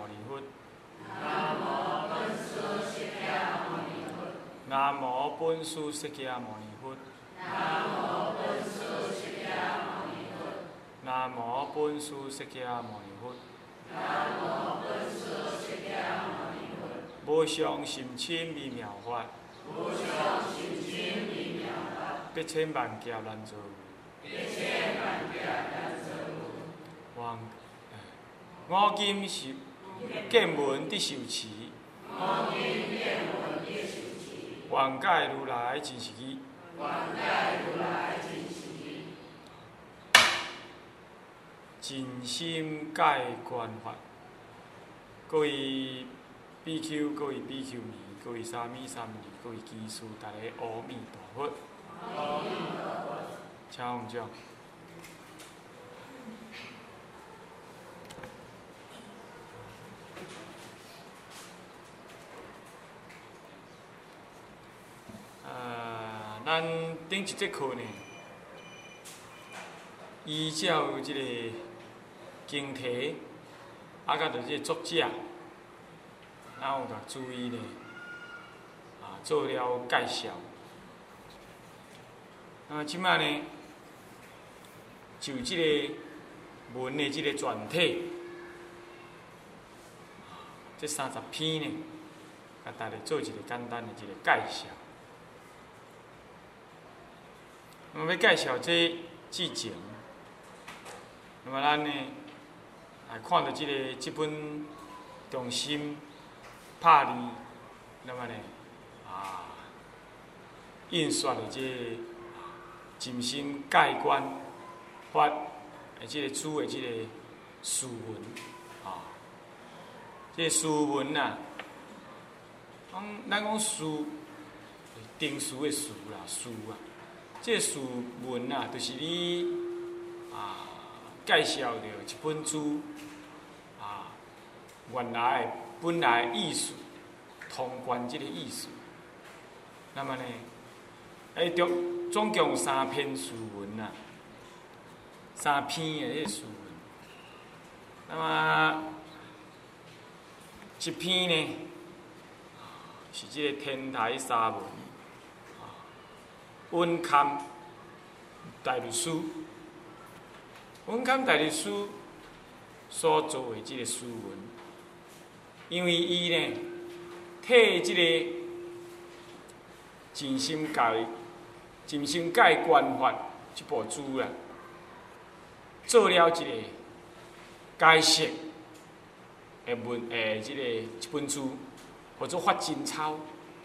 尼佛。 南无本师释迦牟尼佛。 南无本师释迦牟尼佛。无上甚深微妙法，百千万劫难遭遇。我今是见闻得受持，愿解如来真实义。真心解观法，各位比丘、各位比丘尼、各位沙弥、沙弥尼、各位居士，大家阿弥陀佛。阿弥陀佛。请我们讲。咱顶一节课呢，依照即个经题，甲着即个作者，然后甲注意呢，做了介绍。即摆呢，就即个文的即个全体，这30篇呢，甲大家做一个简单的一个介绍。那么要介绍这之前，那么咱呢，看到这本中心帕利，那么呢，印刷的这真心解观法的这个主的这个书文，这个书文呐，咱讲书，定书的书啦，书啊。这个书文啊，就是你介绍着一本书原来本来意思，通关这个意思。那么呢，总共3篇书文啊，3篇的这个书文。那么一篇呢，是这个天台沙文。温堪大律师，温堪大律师所做的这个书文，因为伊呢替这个真心解观法这部书啊，做了一个解释的这个一本书，或者发真抄。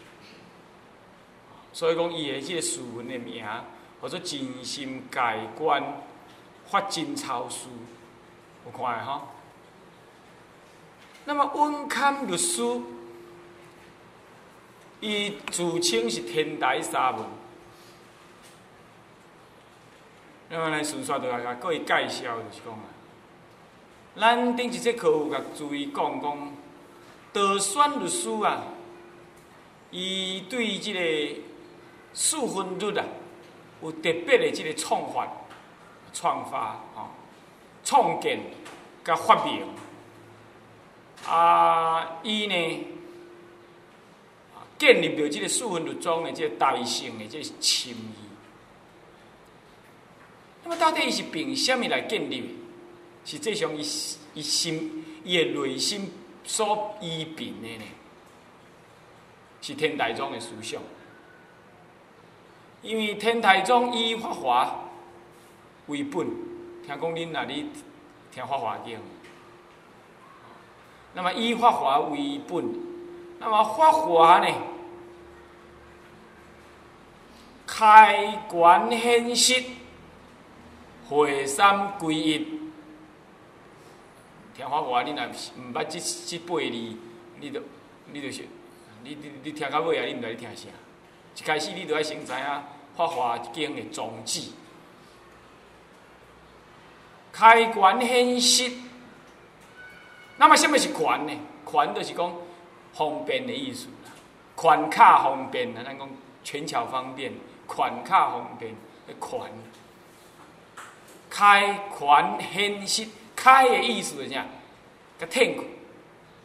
所以讲，伊的这个书文的名，或者真心解观发真抄书，有看的吼。那么温堪律师，伊自称是天台沙文。那么咱顺续就来甲各位介绍，就是讲咱顶一节课有甲注意讲，道宣律师啊，伊对这个四分律啊，有特别的这个创发、创建、甲发明。伊呢建立了这个四分律中的这个大乘的这个深意。那么到底伊是凭什么来建立的？实际上伊的内心所依凭的呢，是天台宗的思想。因为天台宗以法华为本，听讲恁若咧听法华经，那么以法华为本，那么法华呢，开观显实，会三归一。听法华，你若毋捌这8字，你就是你听到尾啊，你毋知你听啥？一开始你就要先知影法华经的宗旨。开观显实，那么什么是权呢？权就是讲方便的意思啦，权卡方便啊，咱讲权巧方便，权卡方便的权。开权显实，开的意思是啥？甲挺过，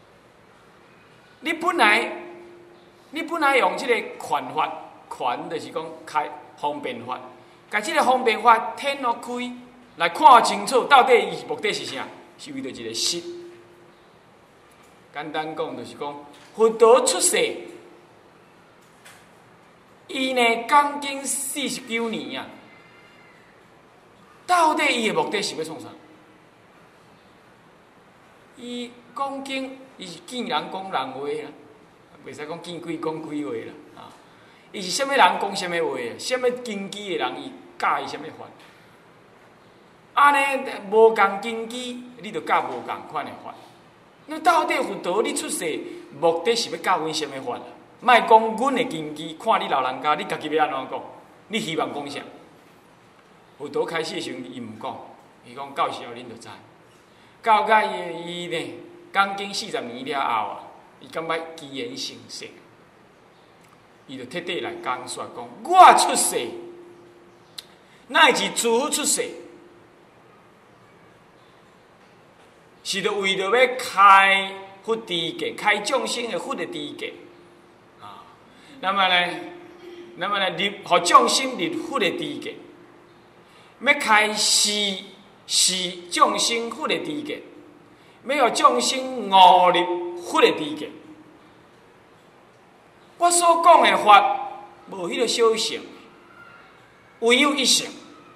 你本来用这个权法，权就是讲开方便法，甲这个方便法天落开，来看清楚到底伊目的是啥？是为着一个实。简单讲就是讲，佛陀出世，伊呢讲经49年啊，到底伊的目的是要创啥？伊讲经，伊是见人讲人话啦，袂使讲见鬼讲鬼话啦啊！伊是啥物人讲啥物话啊？啥物根基的人，伊教伊啥物法？安尼无共根基，你就教无共款的法。那到底佛陀你出世目的是要教阮啥物法啊？莫讲阮的根基，看你老人家，你家己要安怎讲？你希望讲啥？佛陀开始的时阵，伊毋讲，伊讲到时候恁就知。到甲伊呢，讲经40年了后啊，伊感觉机缘成熟，伊就彻底来讲说讲，我出世，乃是自出世，是着为着要开佛知见，开众生的佛的知见啊。那么呢，入互众生入佛的知见，要开是众生佛的知见，要互众生悟入佛的知见。我所讲的法，无迄个小乘，唯有一乘，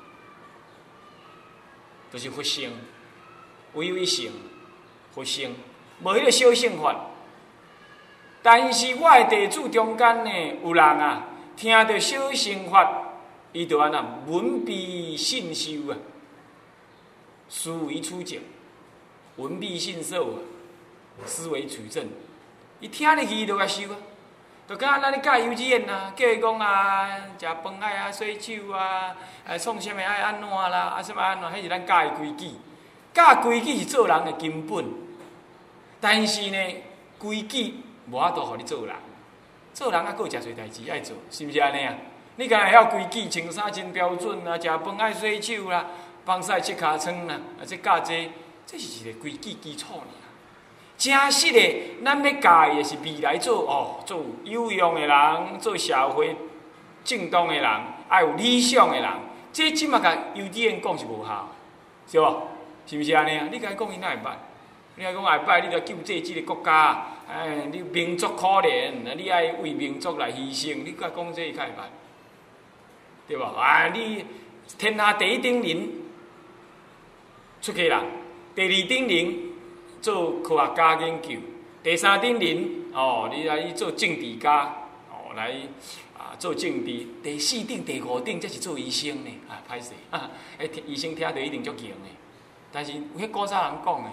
就是佛乘，唯有一乘，佛乘，无迄个小乘法。但是我的弟子中间呢，有人啊，听到小乘法，伊就安那闻必信受啊。思维取证，闻必信受啊，思维取证。伊听入去就甲受啊，就敢咱咧教幼稚园啊，叫伊讲啊，食饭爱啊洗手啊，创啥物爱安怎啦，啊啥物安怎，迄是咱教的规矩。教规矩是做人的根本，但是呢，规矩无法度互你做人。做人啊，还有诚侪代志爱做，是毋是安尼啊？你敢会晓规矩，穿衫真标准啊，食饭爱洗手啦。放屎切尻川啦，这教这是一个规矩基础尔。正实的，咱要教的是未来做有用的人，做社会正当的人，爱有理想的人。这即马甲幼稚园讲是无效，是无？是毋是安尼啊？你甲伊讲伊哪会捌？你甲讲会捌，你着救济即个国家。你民族可怜，你爱为民族来牺牲，你甲讲这伊较会捌，对无？你天下第一等人。出家人，第二等人做科学家研究，第三等人你来做政治家，来做政治，第四等、第五等才是做医生呢。歹势医生听着一定足强的，但是有迄古早人讲的，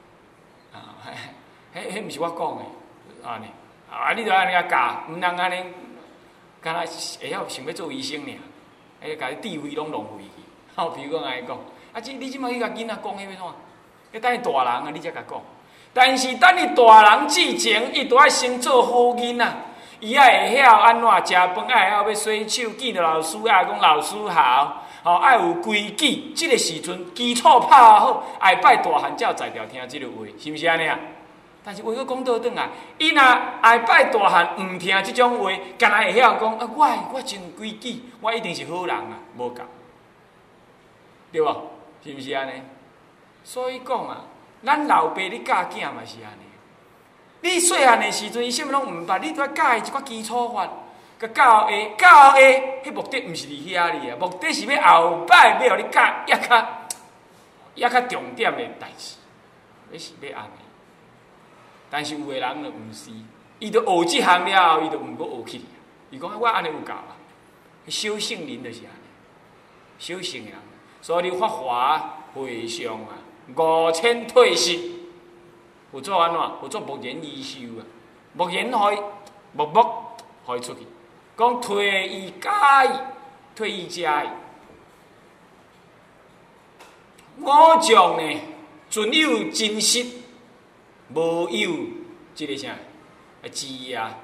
迄毋是我讲的，安尼你着安尼教，毋通安尼，敢若会晓想要做医生尔，甲你智慧拢浪费去。比如讲安尼讲。你即摆去甲囡仔讲迄要怎？要等伊大人啊，你才甲讲。但是等伊大人之前，伊都爱先做好囡仔，伊爱会晓安怎食饭，爱会晓要洗手，见到老师爱讲老师好，爱有规矩。即个时阵基础拍好，爱拜大汉才有才调听即个话，是毋是安尼啊？但是话佫讲倒转来，伊若爱拜大汉，毋听即种话，敢若会晓讲我真规矩，我一定是好人啊，无共，对无？是毋是安尼？所以讲啊，咱老爸咧教囝嘛是安尼。你细汉的时阵，伊啥物拢毋捌，你都要教伊一寡基础法，甲教下，迄目的毋是伫遐哩啊，目的是要后摆要互你教也较重点的代志，你是要安尼。但是有的人就毋是，伊就学即项了后，伊就毋过学去。伊讲我安尼有教啊，小圣人就是安尼，小圣人。所以法华会上啊，5000退失，有做安怎？有做目言以修啊，目言目可以出去，讲退意加意，退意加意。五种呢，存有真实，无有即个啥？机啊，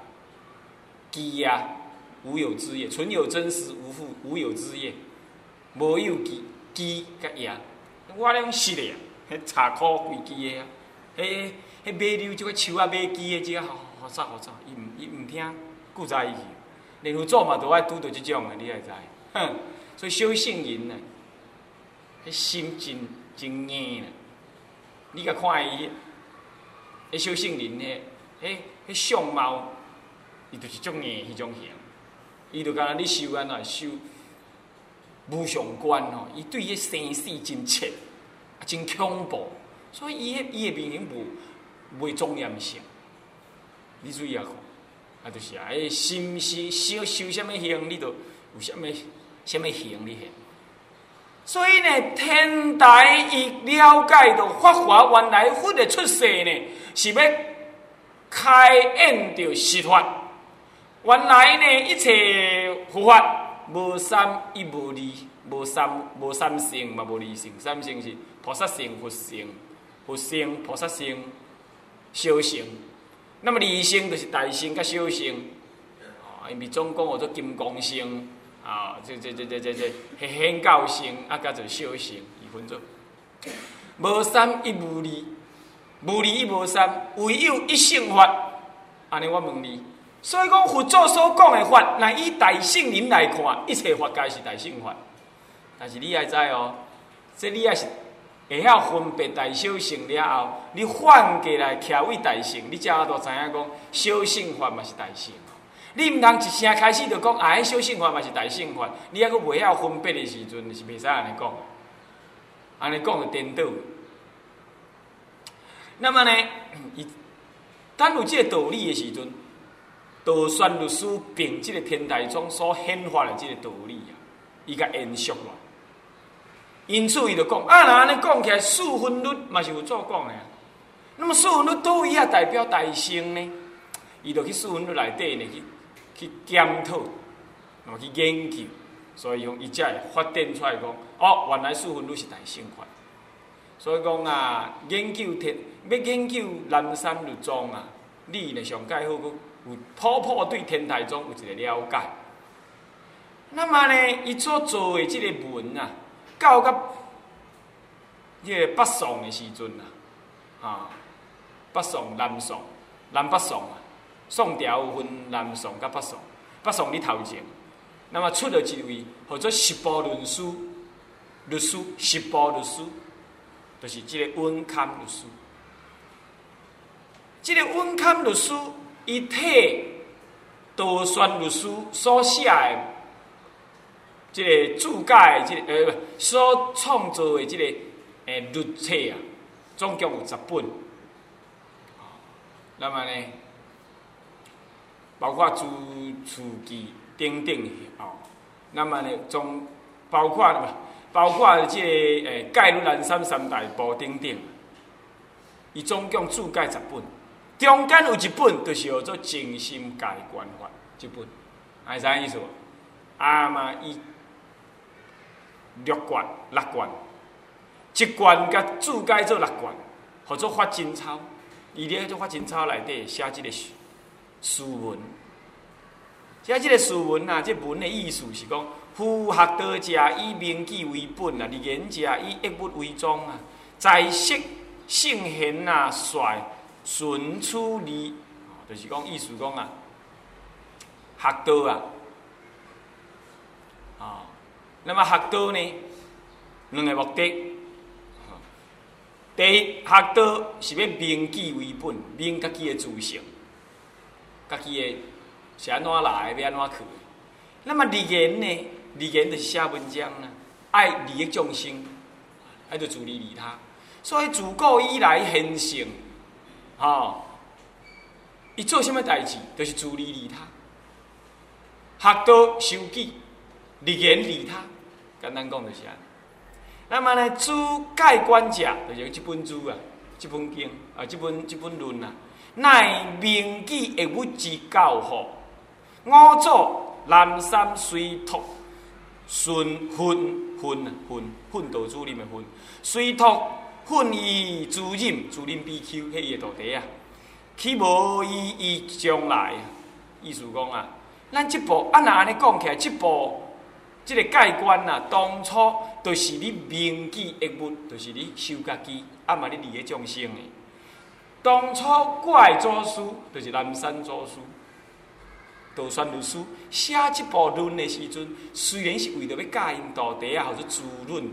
无有之业，存有真实，无有之业，无有机甲业，我咧讲实的啊，迄茶苦贵机的啊，迄买溜即个树啊买机的即个， 发作，伊毋听，故早伊去。连佛祖嘛都爱拄到即种诶，你会知？哼，所以小圣人呢，迄心真硬啦。你甲看伊，迄小圣人迄相貌，伊就是足硬迄种型。伊就敢若你修安怎修无上观吼，伊对迄生死真切，真恐怖，所以伊诶面型袂庄严性。你注意下看，啊，就是啊，心是修什么行，你就有什么行你现。所以呢，天台伊了解到法华原来佛的出世呢，是要开演着实法。原来呢，一切佛法无三亦无二，无三性嘛，无二性。三性是菩萨性、佛性、菩萨性、小性。那么二性就是大性甲小性。因为总讲叫做金刚性啊，这显教性啊，甲做小性，伊分做无三亦无二，无二亦无三，唯有一性法。安尼我问你。所以讲，佛祖所讲的法，若以大圣人来看，一切法皆是大圣法。但是你要知哦，这你也是会晓分别大小乘了后，你反过来徛位大乘，你才都知影讲小乘法嘛是大乘。你毋通一声开始就讲迄小乘法嘛是大乘法，你还阁袂晓分别的时阵，是袂使安尼讲。安尼讲就颠倒。那么呢，当有这个道理的时阵。道宣律师凭这个天台宗所显发的这个道理啊，伊甲延续了。因此，伊就讲啊，若安尼讲起来，四分律嘛是有做讲的。那么四分律倒位啊代表大乘呢？伊就去四分律内底呢去检讨，那么去研究，所以用伊才会发展出来讲，哦，原来四分律是大乘法。所以讲啊，要研究南山律宗啊，你呢上介好个。有普对天台宗有一个了解，那么呢，伊所做的这个文啊，到这个北宋的时阵啊，北宋、南北宋啊，宋朝有分南宋甲北宋，北宋你头前，那么出了一位或者十部律师，十部律师，就是这个温堪律师，这个温堪律师。伊替道宣律师所写的这个注解，这个所创造的这个律册啊，总共有10本。那么呢，包括注记等等哦。那么呢，包括这个概律南山三大部等等，伊总共注解10本。中间有一本，就是叫做《静心戒观法》这本，係啥意思？嘛，伊6卷，一卷甲注解做6卷，叫做法真抄。伊咧做法真抄内底写这个书文，写这个书文啊，这文的意思是讲，夫学道者以明记为本啊，立言者以义物为宗啊，在识圣贤啊，率。顺处理，就是讲意思讲啊，学道啊，那么学道呢，两个目的，第一，学道是要明记为本，明家己的自性，家己的是安怎来，要安怎去。那么立言呢？立言就是写文章啊，爱利益众生，爱就自利利他。所以自古以来贤圣。伊做什么代志，就是自利利他。学道修己，立言利他，简单讲就是安。那么呢，注戒观者，就是这本书啊，这本经啊，这本论啊，乃明记义物之教诰。五祖南山随托顺训导主任的训，随托。训以自任比丘，迄伊个徒弟啊，去无伊将来，意思讲啊，咱即部若安尼讲起来，即部即个戒观啊，当初就是你明记义物，就是你修家己，嘛你利益众生的。 当初我的祖师就是南山祖师道宣律师写这部论的时阵，虽然是为着要教因徒弟啊，或者自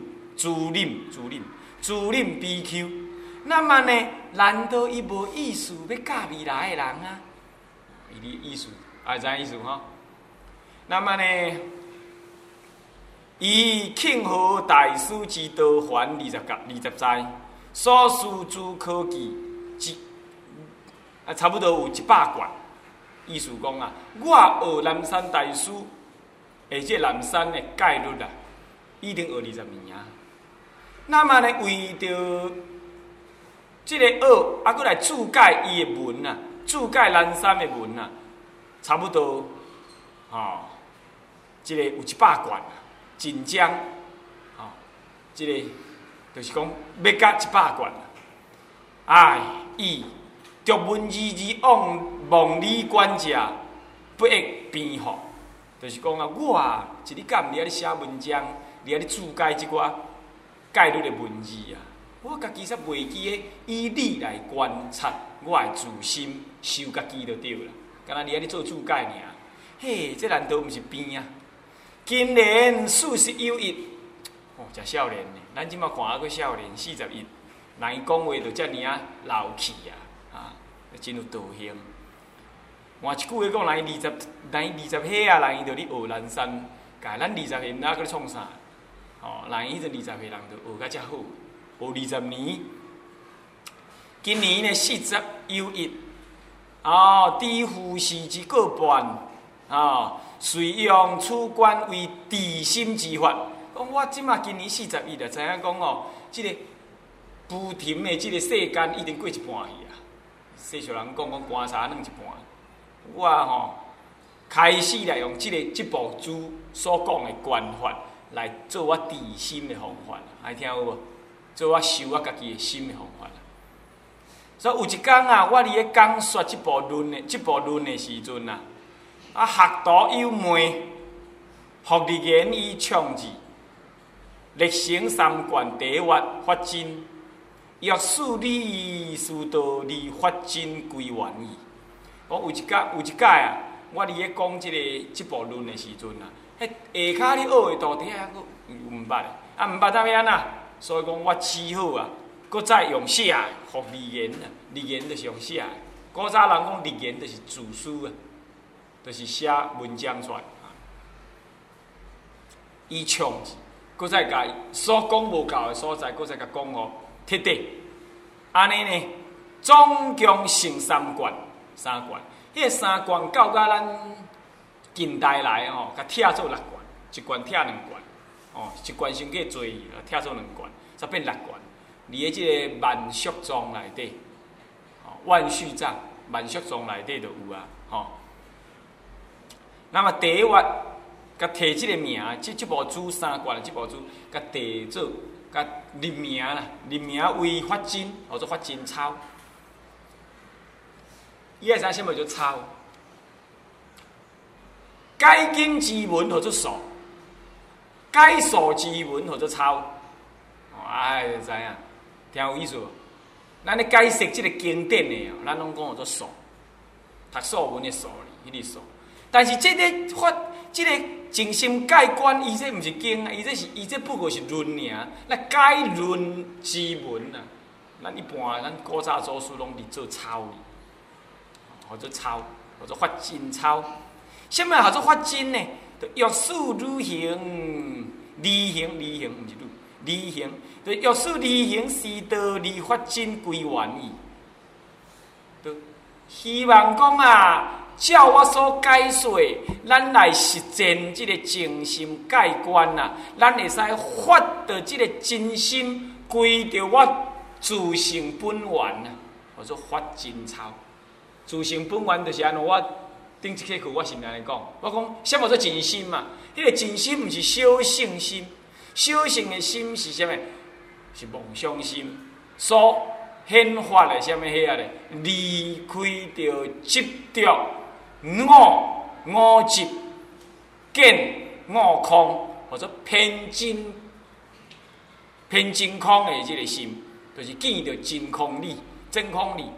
论 BQ， 那么呢，难道伊无意思要教未来的人啊？伊的意思，知影意思吼？那么呢，以庆和大师之道还20载，所书诸科技差不多有100卷。意思讲啊，我学南山大师，而且南山的戒律啊，已经学20年啊。那么呢，为着这个学，还佫来注解伊的文啊，注解南山的文啊，差不多这个有100卷啊，真将这个就是讲要甲100卷啊，伊逐文字望你管家，不易变好。就是讲啊，我一日干伫咧写文章，伫咧注解即寡戒律的文字啊，我家己煞袂记诶，以你来观察我的自心，修家己就对啦。敢若伫咧做注解尔，嘿，这难道毋是变啊？今年40有1，真少年呢。咱即马看还佫少年，41，人伊讲话就遮尔啊老气啊，真有道行。换一句话讲，人伊20岁啊，人伊就咧学南山，甲咱20岁哪个创啥？人伊迄阵20岁人就学甲遮好，学20年。今年呢40有1，知乎是之过半，遂用此观为地心之法。讲我即马今年41了，知影讲即个浮沉的即个世间已经过一半去啊。世俗人讲观察弄一半。我开始来用这部书所讲的观法来做我治心的方法，还听有无？做我修我家己的心的方法。所以有一天啊，我伫咧讲述这部论的时阵啊，学徒有问，复日言以创字，历成3卷第1法真，若数理师道理法真归元矣。讲有一届啊，我伫咧讲这部论的时阵啊，迄下骹咧学的徒弟啊，佫毋捌啊，毋捌怎样啊？所以讲我只好啊，佫再用写复日言啊，日言就是用写。古早人讲日言就是自书啊，就是写文章出来啊。以创字，佫再甲所讲无够的所在，佫再甲讲彻底。安尼呢，总共成3卷。迄个3卷到咱近代来甲拆做6卷，一卷拆2卷，一卷先计做拆做2卷，才变6卷。伫咧即个万续宗内底，万续藏、万续宗内底就有啊，那么第1话，甲摕即个名，即部书3卷，即部书甲地做，甲立名啦，立名为法真，或者法真抄。伊爱知什么叫抄？解经之文或者数，解数之文或者抄。就知影，听有意思无？咱咧解释即个经典的咱拢讲叫做数，读数文的数哩，迄个数。但是即个静心解观，伊这毋是经啊，伊这不过是论尔。那解论之文啊，咱一般咱古早祖师拢伫做抄哩。或者抄，或者法真抄。什么叫做法真呢？就约束履行，履行毋是履行，就约束履行是道理法真归元矣。就希望讲啊，照我所解说，咱来实践这个静心戒观啊，咱会使发到这个真心归到我自性本源啊，或者法真抄。自性本源就是安怎？我顶一节课我是安尼讲，我讲什么叫真心嘛？迄个真心毋是小性心，小性的心是啥物？是妄想心所显发的啥物遐咧？离开着执着我执见我空，或者偏真空的这个心，就是见着真空理、真空理。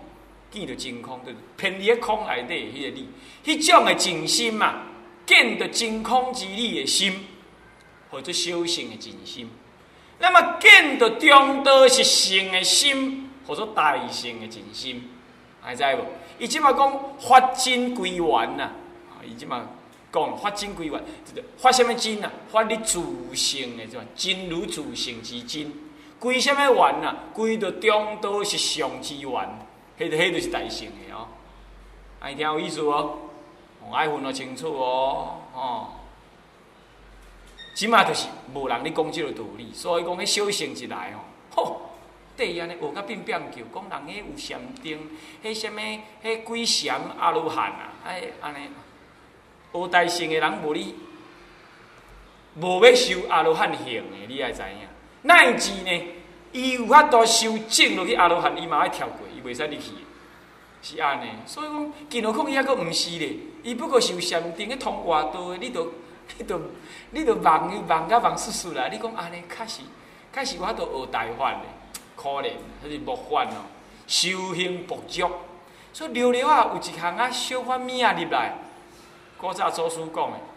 见着真空，就是偏离空内底迄个理，迄种的静心嘛，见着真空之理的心，或者修行的静心。那么见着中道实性的心，或者大乘的静心，还知无？伊即马讲发真归元呐，伊即马讲发真归元，发什么真呐？发你自性的种真如自性之真，归什么元呐？归着中道实相之元，迄就是大乘的哦。爱听有意思哦，爱分得清楚哦，哦。即马就是无人咧讲即个道理，所以讲迄小乘一来吼，对安尼学甲变变叫，讲人迄有禅定，迄什么迄鬼禅阿罗汉啊，安尼学大乘的人无你无要修阿罗汉行的，你爱知影。乃至呢，伊有法度修正落去阿羅漢，伊嘛愛跳過，伊袂使入去，是安尼。所以講，更何況伊還佫毋是咧，伊不過是有禪定嘅通外道的，你著忙甲忙猝猝啦。你講安尼，確實我都學大法咧，可憐，迄是木法哦，修行薄足。所以了了啊，有一項啊小法物啊入來，古早祖師講的，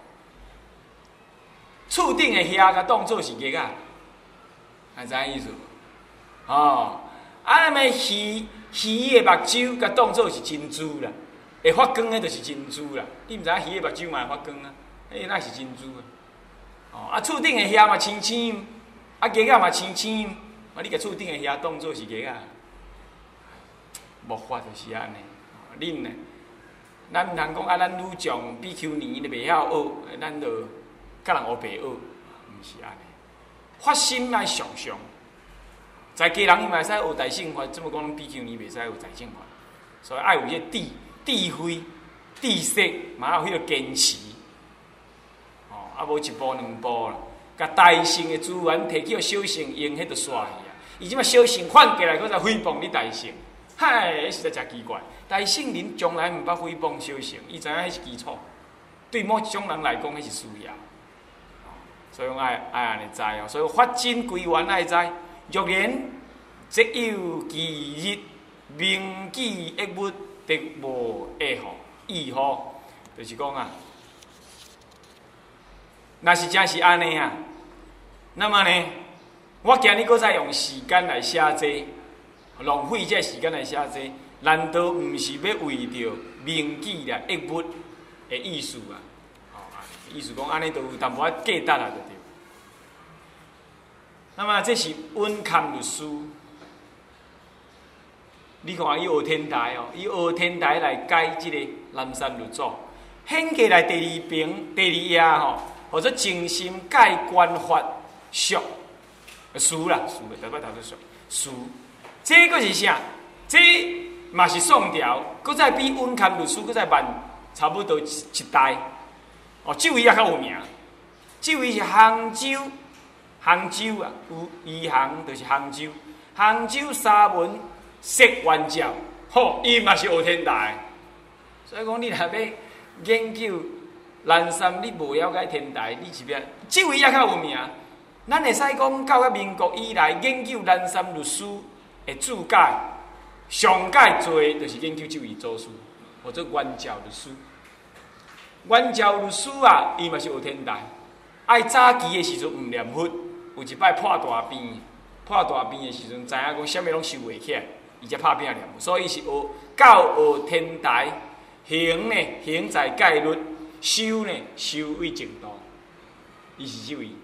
厝頂的遐甲當做是雞啊，係知影意思？哦，啊，那麼魚的目睭甲當做是珍珠啦，會發光的就是珍珠啦。你毋知影魚的目睭嘛會發光啊？迄那是珍珠啊。哦，啊，厝頂的遐嘛青青，啊，雞啊嘛青青，啊，你甲厝頂的遐當做是雞啊？無法就是安尼。恁呢？咱毋通講啊，咱女將比丘尼你袂曉學，咱就甲人學白學，毋是安尼。發心愛上上，在家人伊嘛會使學大乘法，這麼講比丘尼袂使學大乘法，所以愛有迄個智慧、知識，嘛有迄個堅持。哦，啊無一步兩步啦，甲大乘的資源摕去互小乘用，迄就煞去啊！伊即馬小乘反過來，佫再誹謗你大乘。嗨，實在真奇怪！大乘人從來毋捌誹謗小乘，伊知影迄是基礎，對某一種人來講，迄是需要。所以講愛安尼知哦，所以發真歸元愛知。若然則有其日，明記憶物，得無愛好意好，就是講啊，若是真是安尼啊，那麼呢，我今日佫再用時間來寫這。浪費這時間來寫這，難道毋是要為着明記啦、憶物的意思啊？哦，意思講安尼就有淡薄仔價值啊，就對。那麼這是溫堪律師，你看伊學天台哦，伊學天台來解這個南山律祖，顯起來第二篇第二頁吼，或者靜心解觀法書書啦，書台北頭都書書。這個是啥？這嘛是宋朝，佫再比溫堪律師佫再慢差不多一代。哦，這位也較有名。這位是杭州啊，有宜杭就是杭州。杭州沙門釋元教，吼，伊嘛是學天台。所以講，你若要研究南山，你無了解天台，你是變。這位也較有名。咱會使講，到咗民國以來，研究南山律師。的注解上解多，就是研究這位祖師，或者元教律師。元教律師啊，伊嘛是學天台。愛早期的時陣毋念佛，有一擺破大病的時陣，知影講啥物攏收袂起來，伊才拍拼念佛。所以是學教學天台，行呢行在戒律，修呢修為淨土。伊是這位。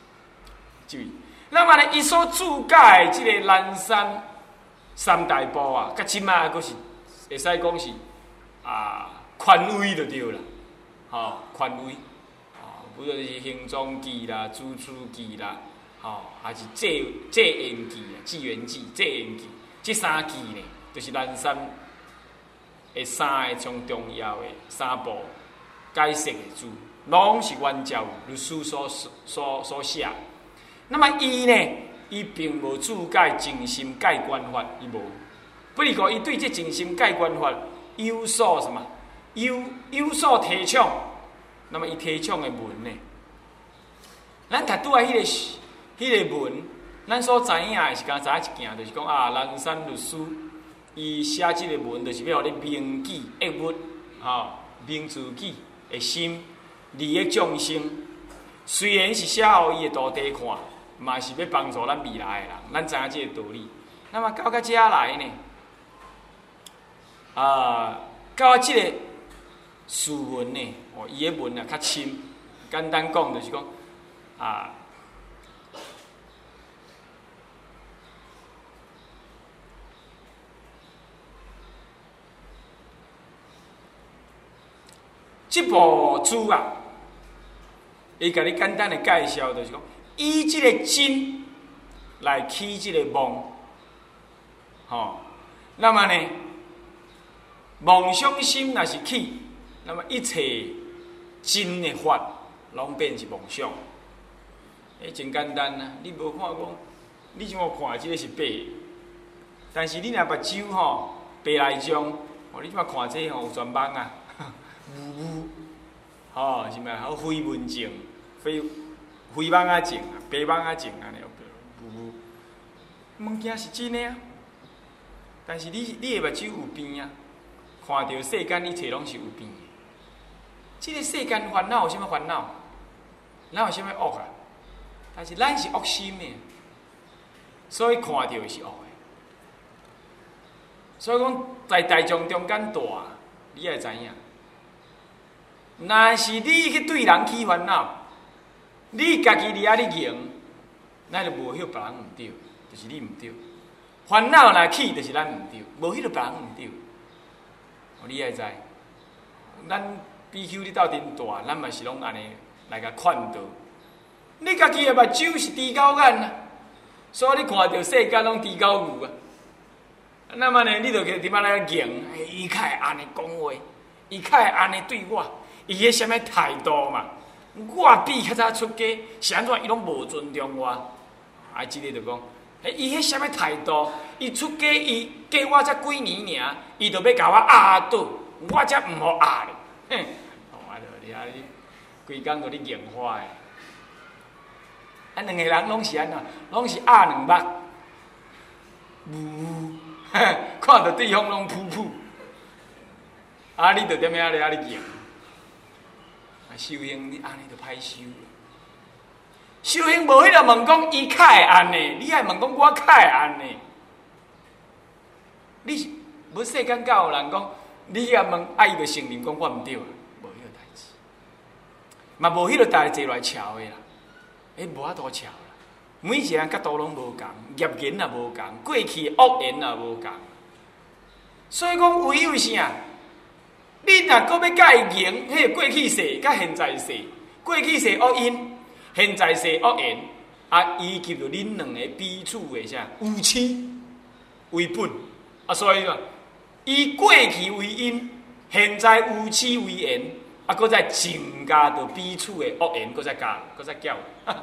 那麼呢，伊所注解的這個南山三大部啊，甲即馬佫是會使講是權威就對啦，吼權威，不論是行蹤記啦、主持記啦，還是借緣記啊、紀元記、借緣記，這三記呢，就是南山的三個最重要的三部解釋的書，攏是元教律師所寫。那麼伊呢？伊並無注解靜心解觀法，伊無。不過伊對這靜心解觀法有所什麼？有所提倡。那麼伊提倡的文呢？咱讀啊，迄個文，咱所知影的是敢知影一件，就是講啊，南山律師伊写即个文，就是要互你铭记忆物，铭自己的心，利益众生。虽然是写互伊的徒弟看，嘛是要帮助咱未来的人，咱知影即个道理。那么到遮来呢？到即个序文呢，伊的文较深，简单讲就是讲即部书伊甲你简单的介绍，就是讲以即个真来起即个梦，那么呢，梦想心若是起，那么一切真的法，拢变是梦想。真简单啊！你无看讲，你怎么看即个是白的？但是你若目睭白内障，你怎么看这有全盲啊？雾雾，是咪好灰文症？灰盲啊症啊，白盲啊症安尼，雾雾。物件是真的啊，但是你的目睭有病啊，看到世间一切拢是有病的。这个世间烦恼有啥物烦恼？哪有啥物恶啊？但是咱是恶心的，所以看到是恶的。所以讲在大众中间大，你会知影。若是你去对人起烦恼，你家己伫遐你赢，咱就无许别人毋对，就是你毋对。烦恼若起，就是咱毋对，无许别人毋对。你会知？咱比丘你斗阵大，咱嘛是拢安尼来甲劝导。你家己的目睭是猪狗眼啊，所以你看到世间拢猪狗牛啊。那么呢，你就点仔来赢？伊较会安尼讲话，伊较会安尼对我。伊迄什么态度嘛？我比较早出家，是安怎伊拢无尊重我？即个就讲，伊迄什么态度？伊出家，伊嫁我才几年尔，伊就要甲我压倒，我才毋好压咧。哼，你啊，你规工都咧硬化诶。两个人拢是安怎？拢是压两目，呜，看到对方拢噗噗，你就踮遐咧咧硬。修行你安尼就歹修了。修行无迄个问讲伊较会安尼，你爱问讲我较会安尼。你是无世间敢有人讲，你遐问伊就承认讲我毋对啊，无迄个代志，嘛无迄个代志坐来瞧的啦，无法度瞧啦。每一个人角度拢无共，业缘也无共，过去恶缘也无共，所以讲唯有啥？你若搁要甲伊赢，迄过去世甲现在世，过去世恶因，现在世恶缘，以及着恁两个彼此的啥有痴为本，所以以过去为因，现在有痴为缘，搁再增加着彼此的恶缘，搁再搅，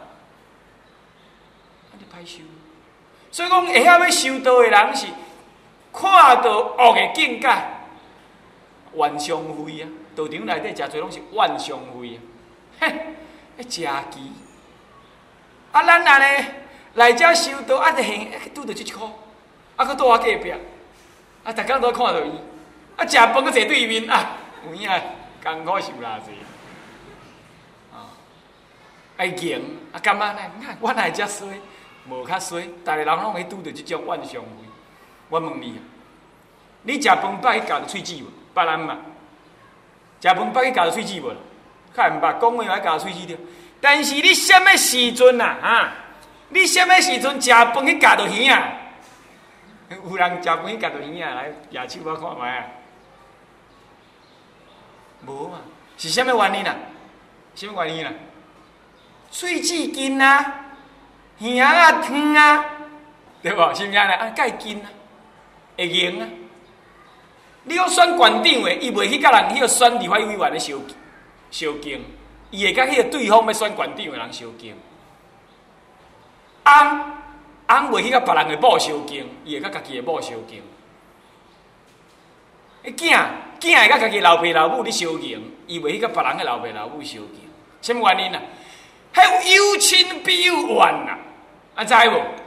你歹修。所以讲会晓要修道的人是看到恶的境界。万相会啊！道场内底诚侪拢是万相会啊！嘿，真奇！咱安尼来遮修道，就现拄着即一箍，搁倒我隔壁，逐工都看到伊，食饭搁坐对面有影艰苦受啦济，爱赢干嘛呢？你看我哪会遮衰，无较衰，逐个人拢会拄着即种万相会。我问你你食饭捌去咬着喙齿无？别人嘛，食饭捌去咬着喙齿无？较毋捌，讲话嘛咬着喙齿着。但是你什么时阵你什么时阵食饭去咬着耳啊？有人食饭去咬着耳啊？来举手我看卖无嘛？是什么原因啊？什么原因啊？喙齿紧啊，耳啊疼啊，对无？是毋是安尼？介紧啊，会赢啊！你要选馆长的，伊袂去甲人迄个选立法委员的相竞，伊会甲迄个对方要选馆长的人相竞。翁袂去甲别人的某相竞，伊会甲家己的某相竞。囝会甲家己老爸老母咧相竞，伊袂去甲别人的老爸老母相竞。什么原因啊？迄有亲必有怨啊！知无？